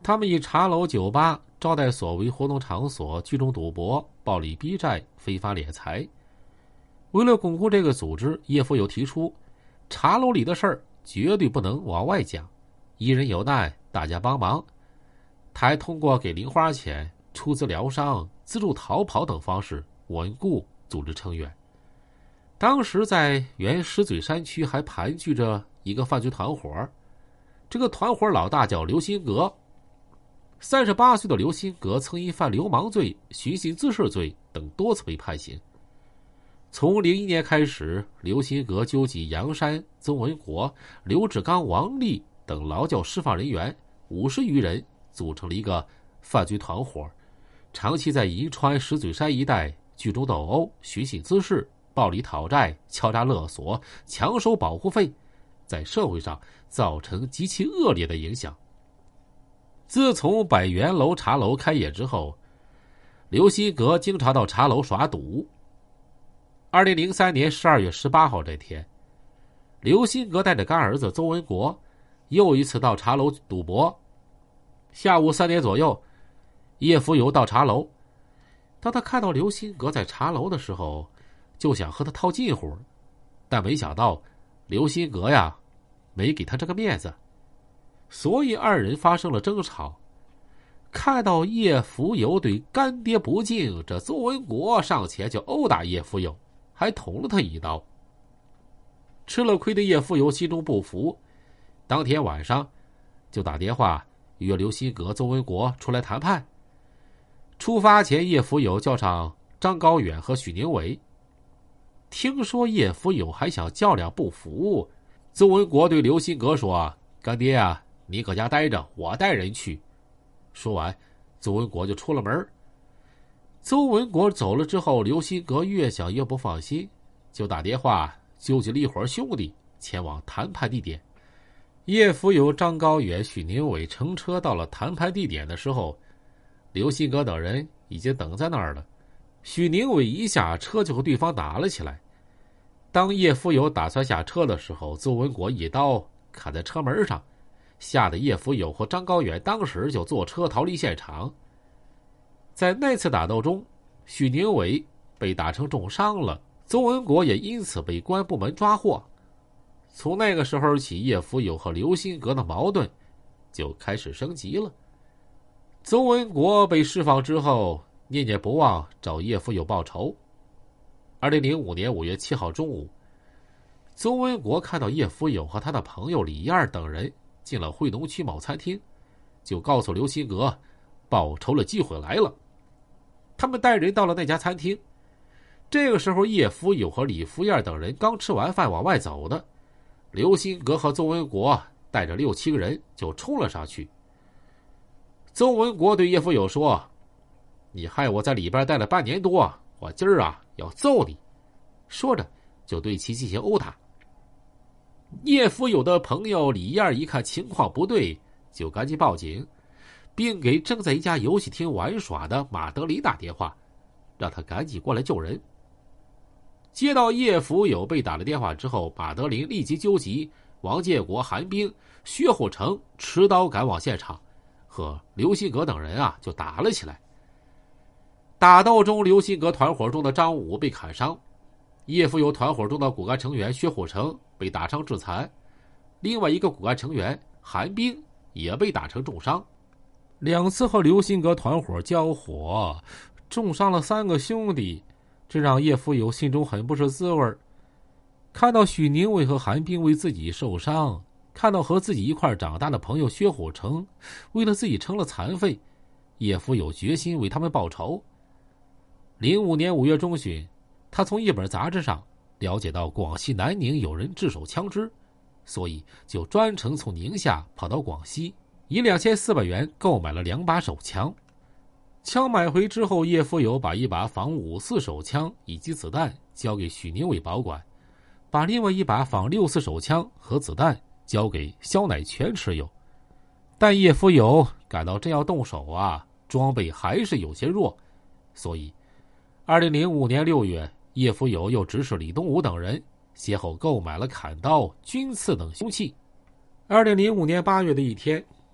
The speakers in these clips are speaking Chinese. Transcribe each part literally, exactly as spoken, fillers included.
他们以茶楼、酒吧、招待所为活动场所，聚众赌博、暴力逼债、非法敛财。为了巩固这个组织，叶福友提出，茶楼里的事儿绝对不能往外讲，一人有难大家帮忙。他还通过给零花钱、出资疗伤、资助逃跑等方式稳固组织成员。当时在原石嘴山区还盘踞着一个犯罪团伙，这个团伙老大叫刘新阁。三十八岁的刘新阁曾因犯流氓罪、寻衅滋事罪等多次被判刑。从零一年开始，刘新阁纠集杨山、曾文国、刘志刚、王立等劳教释放人员五十余人，组成了一个犯罪团伙，长期在银川石嘴山一带聚众斗殴、寻衅滋事、暴力讨债、敲诈勒索、强收保护费，在社会上造成极其恶劣的影响。自从百元楼茶楼开业之后，刘新阁经常到茶楼耍赌。二零零三年十二月十八号这天，刘新阁带着干儿子邹文国又一次到茶楼赌博。下午三点左右，叶福友到茶楼，当他看到刘新阁在茶楼的时候，就想和他套近乎，但没想到刘新阁呀没给他这个面子，所以二人发生了争吵。看到叶福友对干爹不敬，这邹文国上前就殴打叶福友，还捅了他一刀。吃了亏的叶福友心中不服，当天晚上就打电话约刘新阁、邹文国出来谈判。出发前，叶福友叫上张高远和许宁伟。听说叶福友还想较量不服，邹文国对刘新阁说：“干爹啊，你搁家待着，我带人去。”说完，邹文国就出了门。邹文国走了之后，刘新阁越想越不放心，就打电话纠集了一伙兄弟前往谈判地点。叶福友、张高远、许宁伟乘车到了谈判地点的时候，刘新阁等人已经等在那儿了。许宁伟一下车就和对方打了起来。当叶福友打算下车的时候，邹文国一刀砍在车门上，吓得叶福友和张高远当时就坐车逃离现场。在那次打斗中，许宁伟被打成重伤了，邹文国也因此被公安部门抓获。从那个时候起，叶福友和刘新阁的矛盾就开始升级了。邹文国被释放之后，念念不忘找叶福友报仇。二零零五年五月七号中午，邹文国看到叶福友和他的朋友李燕等人进了惠农区某餐厅，就告诉刘新阁，报仇的机会来了。他们带人到了那家餐厅，这个时候叶福友和李福燕等人刚吃完饭往外走的，刘新阁和邹文国带着六七个人就冲了上去。邹文国对叶福友说：“你害我在里边待了半年多，我今儿啊要揍你。”说着就对其进行殴打。叶福友的朋友李燕一看情况不对，就赶紧报警，并给正在一家游戏厅玩耍的马德林打电话，让他赶紧过来救人。接到叶福友被打的电话之后，马德林立即纠集王建国、韩冰、薛虎成持刀赶往现场，和刘新阁等人啊就打了起来。打斗中，刘新阁团伙中的张武被砍伤，叶福友团伙中的骨干成员薛虎成被打伤致残，另外一个骨干成员韩冰也被打成重伤。两次和刘新阁团伙交火，重伤了三个兄弟，这让叶福友心中很不是滋味。看到许宁伟和韩冰为自己受伤，看到和自己一块长大的朋友薛虎成为了自己成了残废，叶福友决心为他们报仇。零五年五月中旬，他从一本杂志上了解到广西南宁有人制手枪支，所以就专程从宁夏跑到广西，以两千四百元购买了两把手枪。枪买回之后，叶福友把一把仿五四手枪以及子弹交给许宁伟保管，把另外一把仿六四手枪和子弹交给肖乃全持有。但叶福友感到真要动手啊，装备还是有些弱，所以二零零五年六月，叶福友又指使李东武等人先后购买了砍刀、军刺等凶器。二零零五年八月的一天，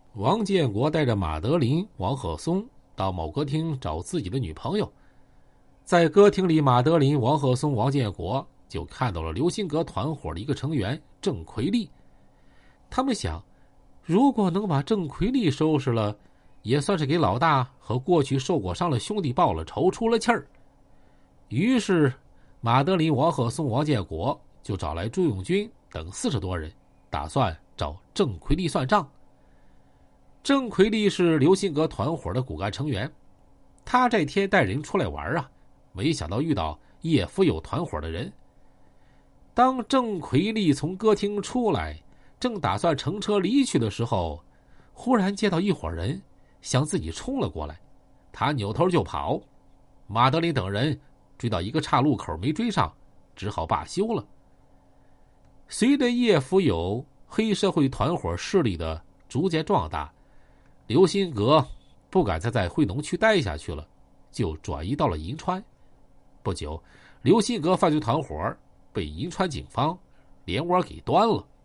王建国带着马德琳、王鹤松到某歌厅找自己的女朋友。在歌厅里，马德琳、王鹤松、王建国就看到了刘新阁团伙的一个成员郑奎利。他们想，如果能把郑奎利收拾了，也算是给老大和过去受过伤的兄弟报了仇，出了气儿。于是马德琳、王鹤松、王建国就找来朱永军等四十多人，打算找郑奎利算账。郑奎利是刘新阁团伙的骨干成员，他这天带人出来玩啊，没想到遇到叶福友团伙的人。当郑奎利从歌厅出来，正打算乘车离去的时候，忽然见到一伙人向自己冲了过来，他扭头就跑。马德琳等人追到一个岔路口没追上，只好罢休了。随着叶福友黑社会团伙势力的逐渐壮大，刘新阁不敢再在会农区待下去了，就转移到了银川。不久，刘新阁犯罪团伙被银川警方连窝给端了。